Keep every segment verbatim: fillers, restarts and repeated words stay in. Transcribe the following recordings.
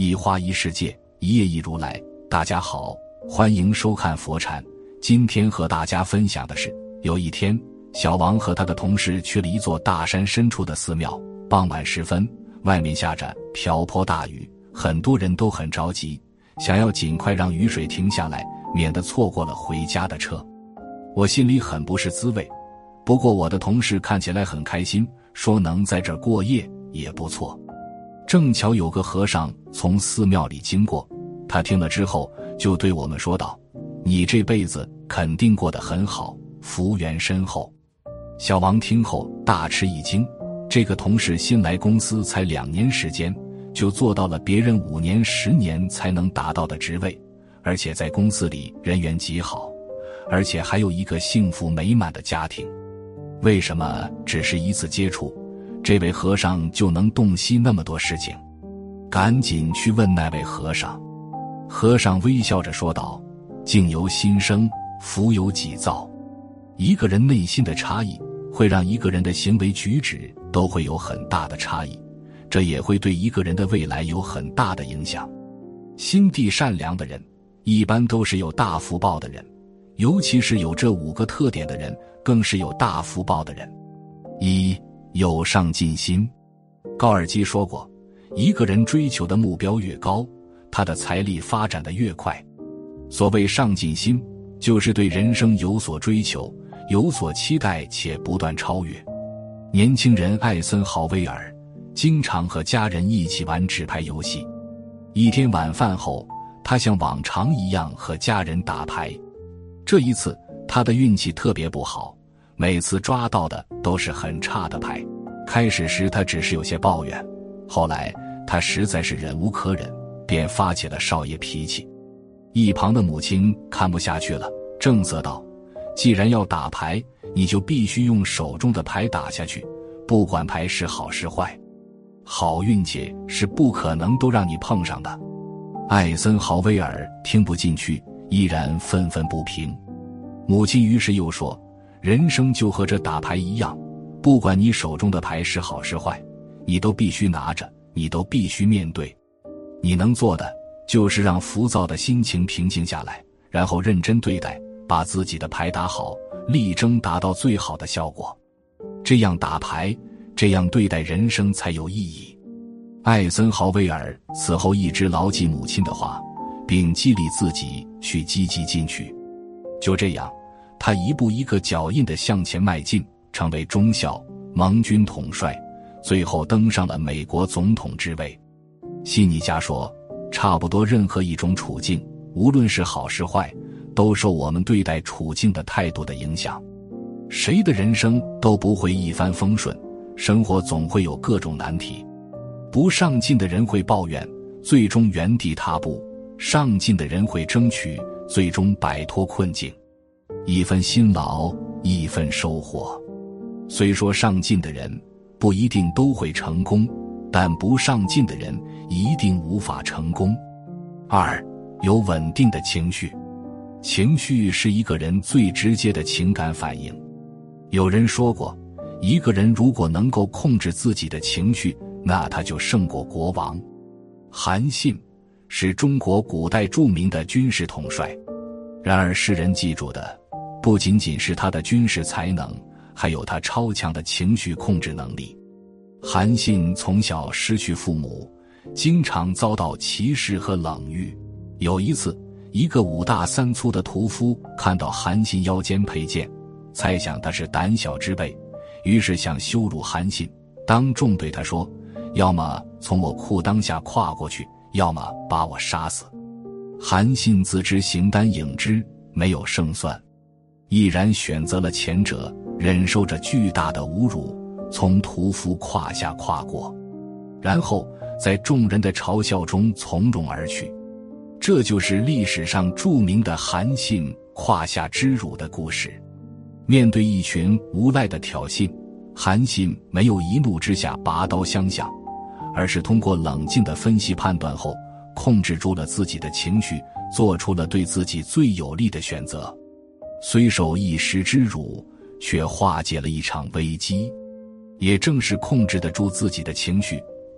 一花一世界，一叶一如来。大家好，欢迎收看佛禅。今天和大家分享的是，有一天，小王和他的同事去了一座大山深处的寺庙。傍晚时分，外面下着瓢泼大雨，很多人都很着急，想要尽快让雨水停下来，免得错过了回家的车。我心里很不是滋味，不过我的同事看起来很开心，说能在这儿过夜也不错。正巧有个和尚从寺庙里经过，他听了之后就对我们说道：你这辈子肯定过得很好，福缘深厚。小王听后大吃一惊，这个同事新来公司才两年时间，就做到了别人五年十年才能达到的职位，而且在公司里人缘极好，而且还有一个幸福美满的家庭。为什么只是一次接触，这位和尚就能洞悉那么多事情？赶紧去问那位和尚。和尚微笑着说道：境由心生，福由己造。一个人内心的差异，会让一个人的行为举止都会有很大的差异，这也会对一个人的未来有很大的影响。心地善良的人，一般都是有大福报的人，尤其是有这五个特点的人，更是有大福报的人。一、有上进心。高尔基说过，一个人追求的目标越高，他的财力发展得越快。所谓上进心，就是对人生有所追求，有所期待且不断超越。年轻人艾森豪威尔经常和家人一起玩纸牌游戏。一天晚饭后，他像往常一样和家人打牌。这一次他的运气特别不好，每次抓到的都是很差的牌。开始时他只是有些抱怨，后来他实在是忍无可忍，便发起了少爷脾气。一旁的母亲看不下去了，正色道：既然要打牌，你就必须用手中的牌打下去，不管牌是好是坏，好运气是不可能都让你碰上的。艾森豪威尔听不进去，依然愤愤不平。母亲于是又说：人生就和这打牌一样，不管你手中的牌是好是坏，你都必须拿着，你都必须面对。你能做的就是让浮躁的心情平静下来，然后认真对待，把自己的牌打好，力争达到最好的效果。这样打牌，这样对待人生才有意义。艾森豪威尔此后一直牢记母亲的话，并激励自己去积极进取。就这样，他一步一个脚印地向前迈进，成为中校、盟军统帅，最后登上了美国总统之位。西尼加说，差不多任何一种处境，无论是好是坏，都受我们对待处境的态度的影响。谁的人生都不会一帆风顺，生活总会有各种难题。不上进的人会抱怨，最终原地踏步；上进的人会争取，最终摆脱困境。一份辛劳，一份收获。虽说上进的人不一定都会成功，但不上进的人一定无法成功。二、有稳定的情绪。情绪是一个人最直接的情感反应。有人说过，一个人如果能够控制自己的情绪，那他就胜过国王。韩信是中国古代著名的军事统帅，然而世人记住的不仅仅是他的军事才能，还有他超强的情绪控制能力。韩信从小失去父母，经常遭到歧视和冷遇。有一次，一个五大三粗的屠夫看到韩信腰间佩剑，猜想他是胆小之辈，于是想羞辱韩信，当众对他说：要么从我裤裆下跨过去，要么把我杀死。韩信自知形单影只，没有胜算，毅然选择了前者，忍受着巨大的侮辱，从屠夫胯下跨过，然后在众人的嘲笑中从容而去。这就是历史上著名的韩信胯下之辱的故事。面对一群无赖的挑衅，韩信没有一怒之下拔刀相向，而是通过冷静的分析判断后，控制住了自己的情绪，做出了对自己最有利的选择。虽受一时之辱，却化解了一场危机。也正是控制得住自己的情绪，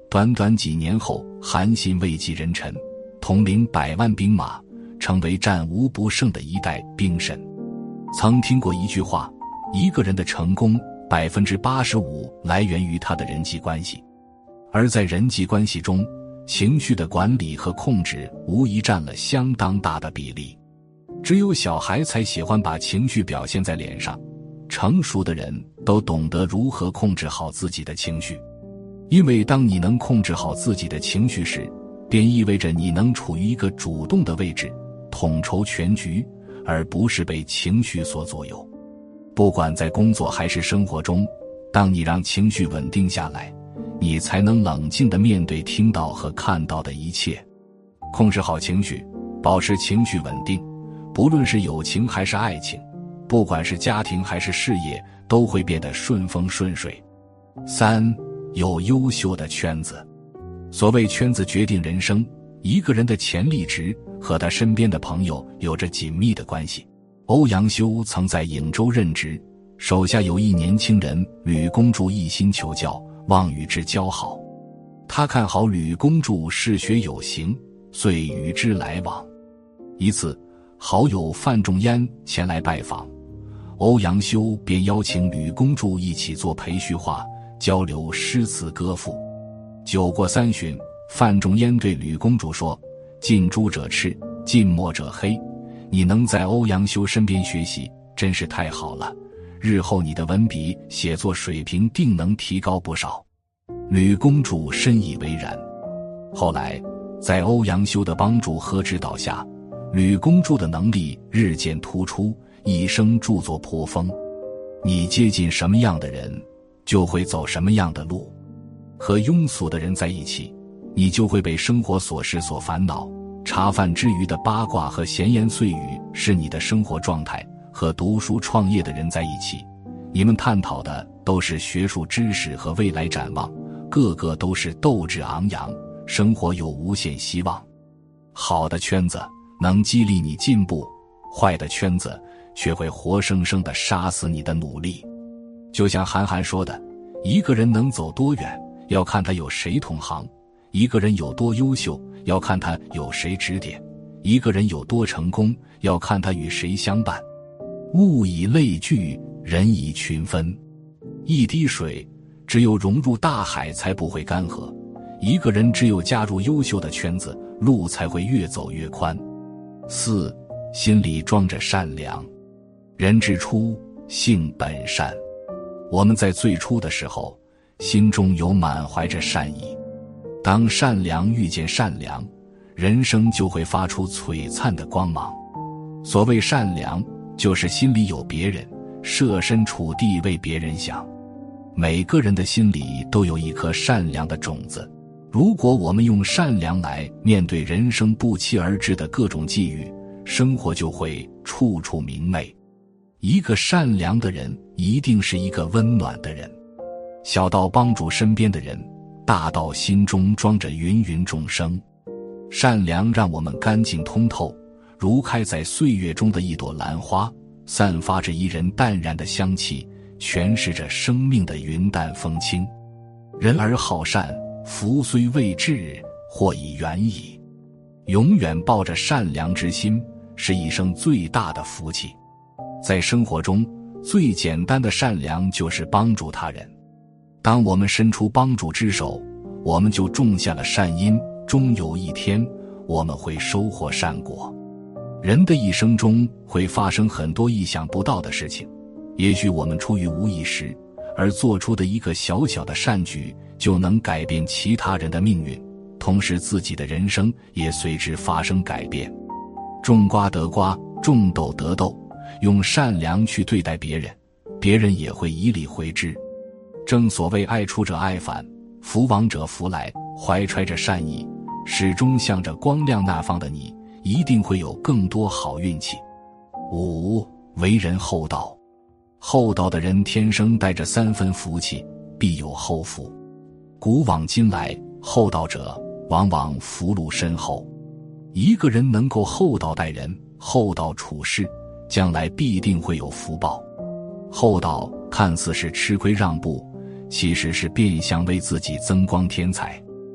短短几年后，韩信位极人臣，统领百万兵马，成为战无不胜的一代兵神。曾听过一句话，一个人的成功 百分之八十五 来源于他的人际关系，而在人际关系中，情绪的管理和控制无疑占了相当大的比例。只有小孩才喜欢把情绪表现在脸上，成熟的人都懂得如何控制好自己的情绪。因为当你能控制好自己的情绪时，便意味着你能处于一个主动的位置，统筹全局，而不是被情绪所左右。不管在工作还是生活中，当你让情绪稳定下来，你才能冷静地面对听到和看到的一切。控制好情绪，保持情绪稳定，不论是友情还是爱情，不管是家庭还是事业，都会变得顺风顺水。三，有优秀的圈子。所谓圈子决定人生，一个人的潜力值和他身边的朋友有着紧密的关系。欧阳修曾在颍州任职，手下有一年轻人吕公著一心求教，望与之交好。他看好吕公著嗜学有行，遂与之来往。一次，好友范仲淹前来拜访，欧阳修便邀请吕公著一起做陪叙话，交流诗词歌赋。酒过三巡，范仲淹对吕公著说：“近朱者赤，近墨者黑。你能在欧阳修身边学习，真是太好了。日后你的文笔写作水平定能提高不少。”吕公著深以为然。后来，在欧阳修的帮助和指导下，吕公著的能力日渐突出，一生著作颇丰。你接近什么样的人，就会走什么样的路。和庸俗的人在一起，你就会被生活琐事所烦恼。茶饭之余的八卦和闲言碎语是你的生活状态。和读书创业的人在一起，你们探讨的都是学术知识和未来展望，个个都是斗志昂扬，生活有无限希望。好的圈子能激励你进步，坏的圈子却会活生生地杀死你的努力。就像韩寒说的，一个人能走多远，要看他有谁同行；一个人有多优秀，要看他有谁指点；一个人有多成功，要看他与谁相伴。物以类聚，人以群分。一滴水只有融入大海才不会干涸，一个人只有加入优秀的圈子，路才会越走越宽。四，心里装着善良。人之初，性本善。我们在最初的时候，心中有满怀着善意。当善良遇见善良，人生就会发出璀璨的光芒。所谓善良，就是心里有别人，设身处地为别人想。每个人的心里都有一颗善良的种子，如果我们用善良来面对人生不期而至的各种际遇，生活就会处处明媚。一个善良的人一定是一个温暖的人，小到帮助身边的人，大到心中装着芸芸众生。善良让我们干净通透，如开在岁月中的一朵兰花，散发着一人淡然的香气，诠释着生命的云淡风轻。人而好善，福虽未至，祸已远矣。永远抱着善良之心，是一生最大的福气。在生活中，最简单的善良就是帮助他人。当我们伸出帮助之手，我们就种下了善因，终有一天，我们会收获善果。人的一生中会发生很多意想不到的事情，也许我们出于无意识而做出的一个小小的善举，就能改变其他人的命运，同时自己的人生也随之发生改变。种瓜得瓜，种豆得豆，用善良去对待别人，别人也会以礼回之。正所谓爱出者爱返，福往者福来，怀揣着善意，始终向着光亮那方的你，一定会有更多好运气。五，为人厚道。厚道的人天生带着三分福气，必有后福。古往今来，厚道者往往福禄深厚。一个人能够厚道待人，厚道处事，将来必定会有福报。厚道看似是吃亏让步，其实是变相为自己增光添彩。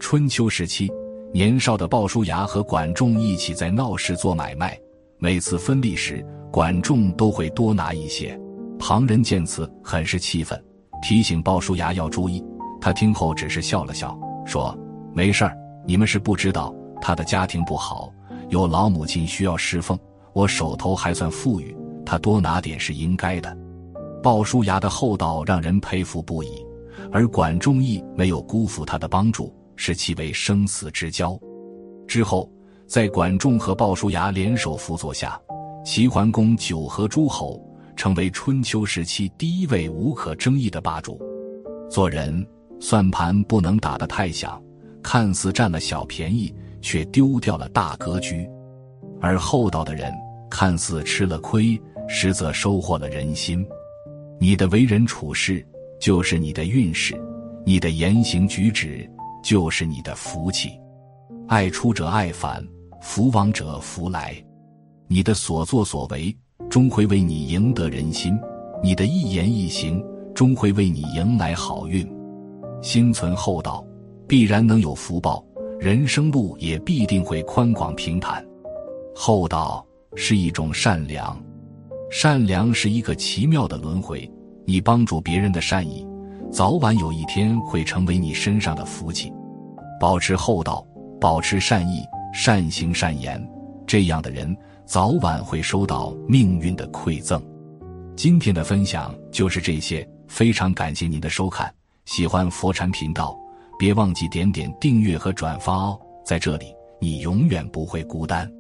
春秋时期，年少的鲍叔牙和管仲一起在闹市做买卖，每次分利时，管仲都会多拿一些。旁人见此很是气愤，提醒鲍叔牙要注意。他听后只是笑了笑，说：没事儿，你们是不知道，他的家庭不好，有老母亲需要侍奉，我手头还算富裕，他多拿点是应该的。鲍叔牙的厚道让人佩服不已，而管仲亦没有辜负他的帮助，视其为生死之交。之后，在管仲和鲍叔牙联手辅佐下，齐桓公九合诸侯，成为春秋时期第一位无可争议的霸主。做人算盘不能打得太响，看似占了小便宜，却丢掉了大格局。而厚道的人看似吃了亏，实则收获了人心。你的为人处事就是你的运势，你的言行举止就是你的福气。爱出者爱返，福往者福来。你的所作所为终会为你赢得人心，你的一言一行终会为你迎来好运。心存厚道，必然能有福报，人生路也必定会宽广平坦。厚道是一种善良，善良是一个奇妙的轮回，你帮助别人的善意，早晚有一天会成为你身上的福气。保持厚道，保持善意，善行善言，这样的人早晚会收到命运的馈赠。今天的分享就是这些，非常感谢您的收看。喜欢佛禅频道，别忘记点点订阅和转发哦，在这里你永远不会孤单。